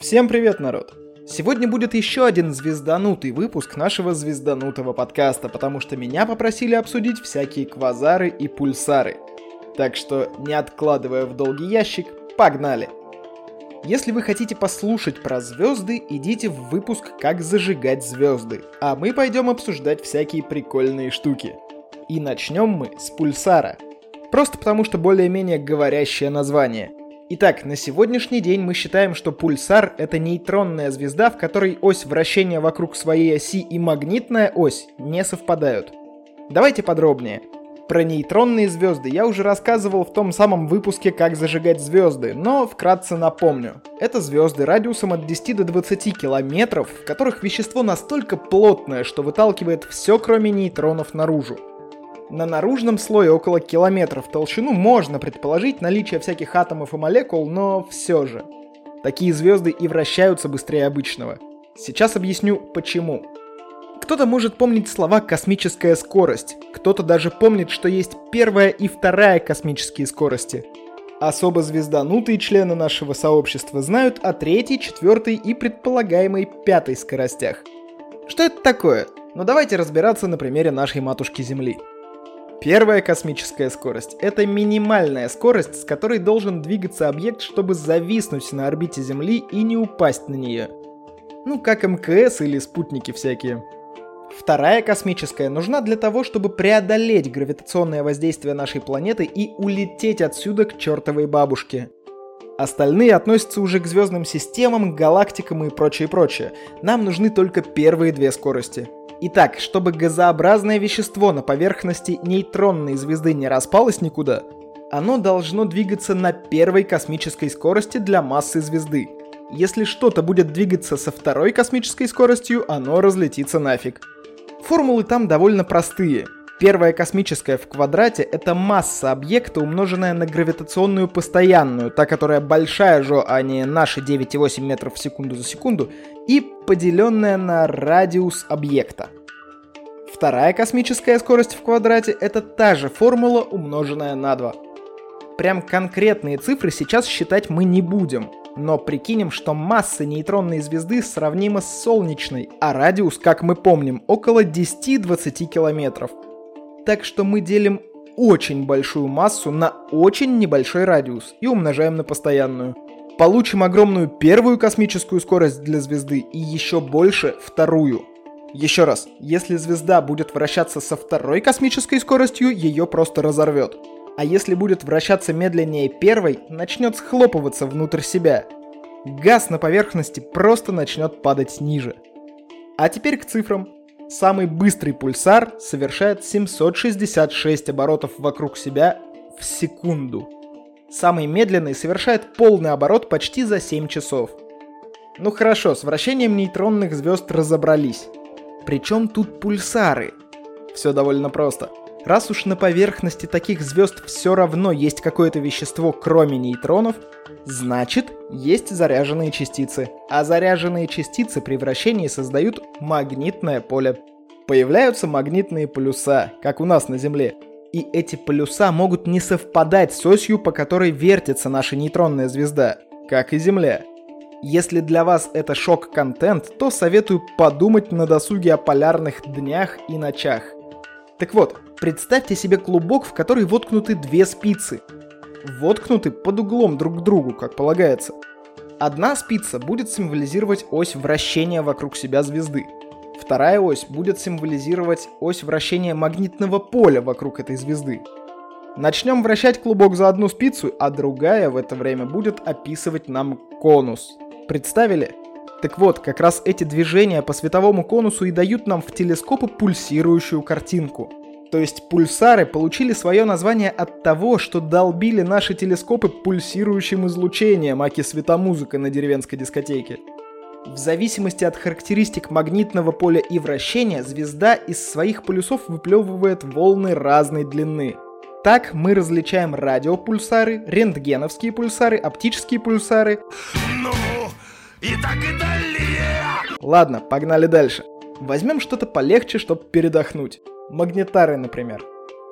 Всем привет, народ! Сегодня будет еще один звезданутый выпуск нашего звезданутого подкаста, потому что меня попросили обсудить всякие квазары и пульсары. Так что, не откладывая в долгий ящик, погнали! Если вы хотите послушать про звезды, идите в выпуск «Как зажигать звезды», а мы пойдем обсуждать всякие прикольные штуки. И начнем мы с пульсара. Просто потому, что более-менее говорящее название. Итак, на сегодняшний день мы считаем, что пульсар — это нейтронная звезда, в которой ось вращения вокруг своей оси и магнитная ось не совпадают. Давайте подробнее. Про нейтронные звезды я уже рассказывал в том самом выпуске «Как зажигать звезды», но вкратце напомню. Это звезды радиусом от 10 до 20 километров, в которых вещество настолько плотное, что выталкивает все, кроме нейтронов, наружу. На наружном слое около километра в толщину можно предположить наличие всяких атомов и молекул, но все же. Такие звезды и вращаются быстрее обычного. Сейчас объясню почему. Кто-то может помнить слова «космическая скорость», кто-то даже помнит, что есть первая и вторая космические скорости. Особо звезданутые члены нашего сообщества знают о третьей, четвертой и предполагаемой пятой скоростях. Что это такое? Ну давайте разбираться на примере нашей матушки Земли. Первая космическая скорость — это минимальная скорость, с которой должен двигаться объект, чтобы зависнуть на орбите Земли и не упасть на нее. Ну, как МКС или спутники всякие. Вторая космическая нужна для того, чтобы преодолеть гравитационное воздействие нашей планеты и улететь отсюда к чертовой бабушке. Остальные относятся уже к звездным системам, галактикам и прочее. Нам нужны только первые две скорости. Итак, чтобы газообразное вещество на поверхности нейтронной звезды не распалось никуда, оно должно двигаться на первой космической скорости для массы звезды. Если что-то будет двигаться со второй космической скоростью, оно разлетится нафиг. Формулы там довольно простые. Первая космическая в квадрате — это масса объекта, умноженная на гравитационную постоянную, та, которая большая же, а не наши 9,8 метров в секунду за секунду, и поделенная на радиус объекта. Вторая космическая скорость в квадрате — это та же формула, умноженная на 2. Прям конкретные цифры сейчас считать мы не будем, но прикинем, что масса нейтронной звезды сравнима с солнечной, а радиус, как мы помним, около 10-20 километров. Так что мы делим очень большую массу на очень небольшой радиус и умножаем на постоянную. Получим огромную первую космическую скорость для звезды и еще больше вторую. Еще раз, если звезда будет вращаться со второй космической скоростью, ее просто разорвет. А если будет вращаться медленнее первой, начнет схлопываться внутрь себя. Газ на поверхности просто начнет падать ниже. А теперь к цифрам. Самый быстрый пульсар совершает 766 оборотов вокруг себя в секунду. Самый медленный совершает полный оборот почти за 7 часов. Ну хорошо, с вращением нейтронных звезд разобрались. Причем тут пульсары? Все довольно просто. Раз уж на поверхности таких звезд все равно есть какое-то вещество, кроме нейтронов, значит, есть заряженные частицы. А заряженные частицы при вращении создают магнитное поле. Появляются магнитные полюса, как у нас на Земле. И эти полюса могут не совпадать с осью, по которой вертится наша нейтронная звезда, как и Земля. Если для вас это шок-контент, то советую подумать на досуге о полярных днях и ночах. Так вот, представьте себе клубок, в который воткнуты две спицы. Воткнуты под углом друг к другу, как полагается. Одна спица будет символизировать ось вращения вокруг себя звезды. Вторая ось будет символизировать ось вращения магнитного поля вокруг этой звезды. Начнем вращать клубок за одну спицу, а другая в это время будет описывать нам конус. Представили? Так вот, как раз эти движения по световому конусу и дают нам в телескопы пульсирующую картинку. То есть пульсары получили свое название от того, что долбили наши телескопы пульсирующим излучением, аки светомузыка на деревенской дискотеке. В зависимости от характеристик магнитного поля и вращения, звезда из своих полюсов выплевывает волны разной длины. Так мы различаем радиопульсары, рентгеновские пульсары, оптические пульсары. Ну, и так и далее. Ладно, погнали дальше. Возьмем что-то полегче, чтобы передохнуть. Магнитары, например.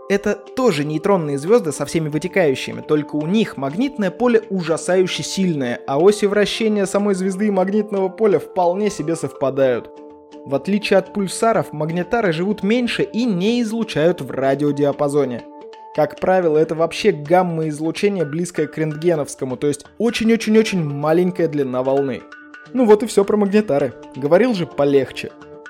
Это тоже нейтронные звезды со всеми вытекающими, только у них магнитное поле ужасающе сильное, а оси вращения самой звезды и магнитного поля вполне себе совпадают. В отличие от пульсаров, магнитары живут меньше и не излучают в радиодиапазоне. Как правило, это вообще гамма-излучение, близкое к рентгеновскому, то есть очень-очень-очень маленькая длина волны. Ну вот и все про магнитары. Говорил же, полегче.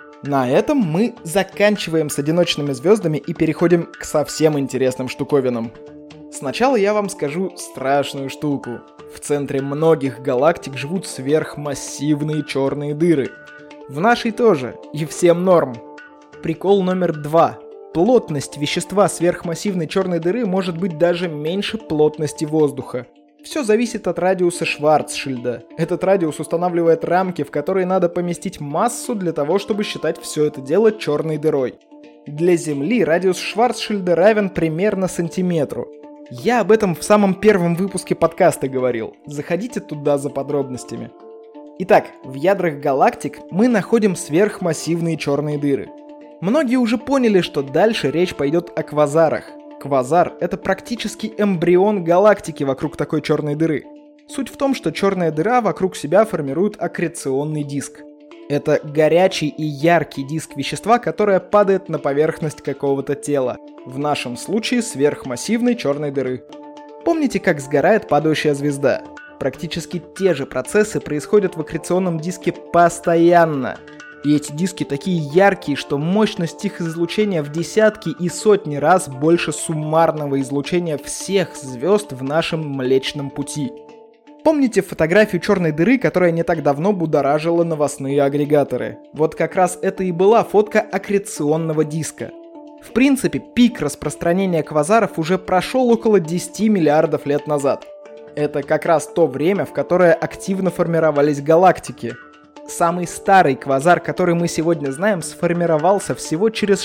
На этом мы заканчиваем с одиночными звездами и переходим к совсем интересным штуковинам. Сначала я вам скажу страшную штуку. В центре многих галактик живут сверхмассивные черные дыры. В нашей тоже, и всем норм. Прикол номер 2. Плотность вещества сверхмассивной черной дыры может быть даже меньше плотности воздуха. Все зависит от радиуса Шварцшильда. Этот радиус устанавливает рамки, в которые надо поместить массу для того, чтобы считать все это дело черной дырой. Для Земли радиус Шварцшильда равен примерно сантиметру. Я об этом в самом первом выпуске подкаста говорил. Заходите туда за подробностями. Итак, в ядрах галактик мы находим сверхмассивные черные дыры. Многие уже поняли, что дальше речь пойдет о квазарах. Квазар — это практически эмбрион галактики вокруг такой черной дыры. Суть в том, что черная дыра вокруг себя формирует аккреционный диск. Это горячий и яркий диск вещества, которое падает на поверхность какого-то тела. В нашем случае сверхмассивной черной дыры. Помните, как сгорает падающая звезда? Практически те же процессы происходят в аккреционном диске постоянно. И эти диски такие яркие, что мощность их излучения в десятки и сотни раз больше суммарного излучения всех звезд в нашем Млечном Пути. Помните фотографию черной дыры, которая не так давно будоражила новостные агрегаторы? Вот как раз это и была фотка аккреционного диска. В принципе, пик распространения квазаров уже прошел около 10 миллиардов лет назад. Это как раз то время, в которое активно формировались галактики. Самый старый квазар, который мы сегодня знаем, сформировался всего через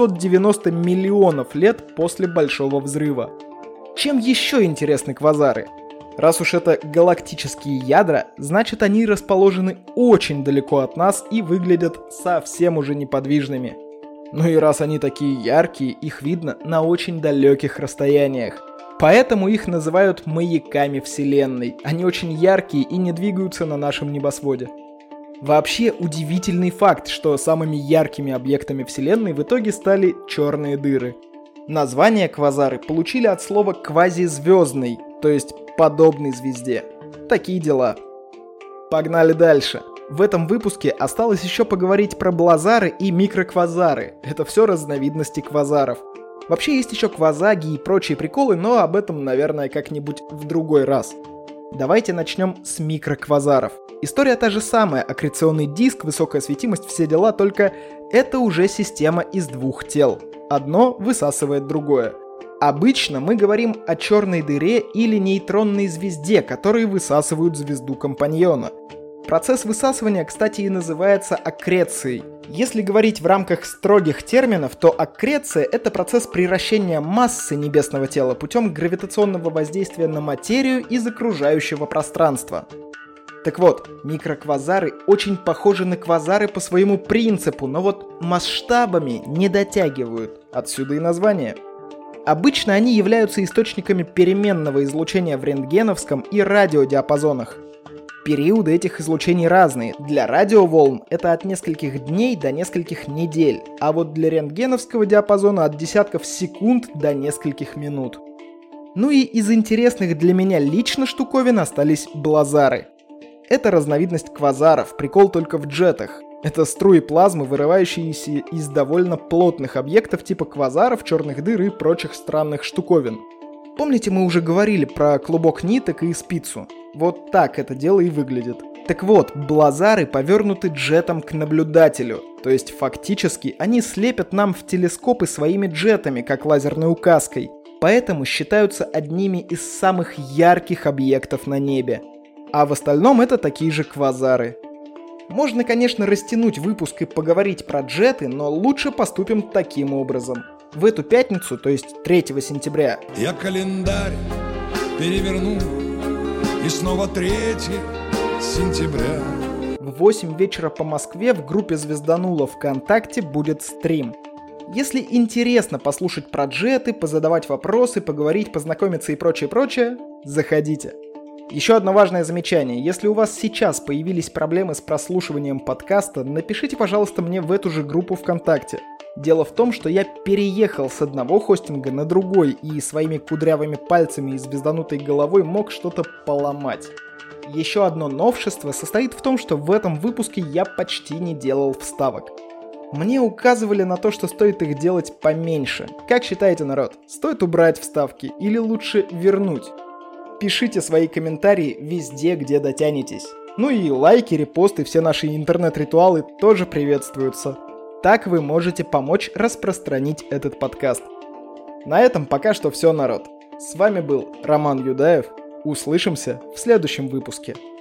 690 миллионов лет после Большого Взрыва. Чем еще интересны квазары? Раз уж это галактические ядра, значит они расположены очень далеко от нас и выглядят совсем уже неподвижными. Ну и раз они такие яркие, их видно на очень далеких расстояниях. Поэтому их называют маяками Вселенной. Они очень яркие и не двигаются на нашем небосводе. Вообще удивительный факт, что самыми яркими объектами Вселенной в итоге стали черные дыры. Название квазары получили от слова «квазизвездный», то есть «подобный звезде». Такие дела. Погнали дальше. В этом выпуске осталось еще поговорить про блазары и микроквазары. Это все разновидности квазаров. Вообще есть еще квазаги и прочие приколы, но об этом, наверное, как-нибудь в другой раз. Давайте начнем с микроквазаров. История та же самая, аккреционный диск, высокая светимость, все дела, только это уже система из двух тел. Одно высасывает другое. Обычно мы говорим о черной дыре или нейтронной звезде, которые высасывают звезду-компаньона. Процесс высасывания, кстати, и называется аккрецией. Если говорить в рамках строгих терминов, то аккреция — это процесс превращения массы небесного тела путем гравитационного воздействия на материю из окружающего пространства. Так вот, микроквазары очень похожи на квазары по своему принципу, но вот масштабами не дотягивают. Отсюда и название. Обычно они являются источниками переменного излучения в рентгеновском и радиодиапазонах. Периоды этих излучений разные. Для радиоволн это от нескольких дней до нескольких недель, а вот для рентгеновского диапазона от десятков секунд до нескольких минут. Ну и из интересных для меня лично штуковин остались блазары. Это разновидность квазаров, прикол только в джетах. Это струи плазмы, вырывающиеся из довольно плотных объектов типа квазаров, черных дыр и прочих странных штуковин. Помните, мы уже говорили про клубок ниток и спицу? Вот так это дело и выглядит. Так вот, блазары повернуты джетом к наблюдателю. То есть фактически они слепят нам в телескопы своими джетами, как лазерной указкой. Поэтому считаются одними из самых ярких объектов на небе. А в остальном это такие же квазары. Можно, конечно, растянуть выпуск и поговорить про джеты, но лучше поступим таким образом. В эту пятницу, то есть 3 сентября, я календарь переверну, и снова 3 сентября. В 8 вечера по Москве в группе Звезданула ВКонтакте будет стрим. Если интересно послушать про джеты, позадавать вопросы, поговорить, познакомиться и прочее, заходите. Еще одно важное замечание. Если у вас сейчас появились проблемы с прослушиванием подкаста, напишите, пожалуйста, мне в эту же группу ВКонтакте. Дело в том, что я переехал с одного хостинга на другой и своими кудрявыми пальцами и звезданутой головой мог что-то поломать. Еще одно новшество состоит в том, что в этом выпуске я почти не делал вставок. Мне указывали на то, что стоит их делать поменьше. Как считаете, народ? Стоит убрать вставки или лучше вернуть? Пишите свои комментарии везде, где дотянетесь. Ну и лайки, репосты, все наши интернет-ритуалы тоже приветствуются. Так вы можете помочь распространить этот подкаст. На этом пока что все, народ. С вами был Роман Юдаев. Услышимся в следующем выпуске.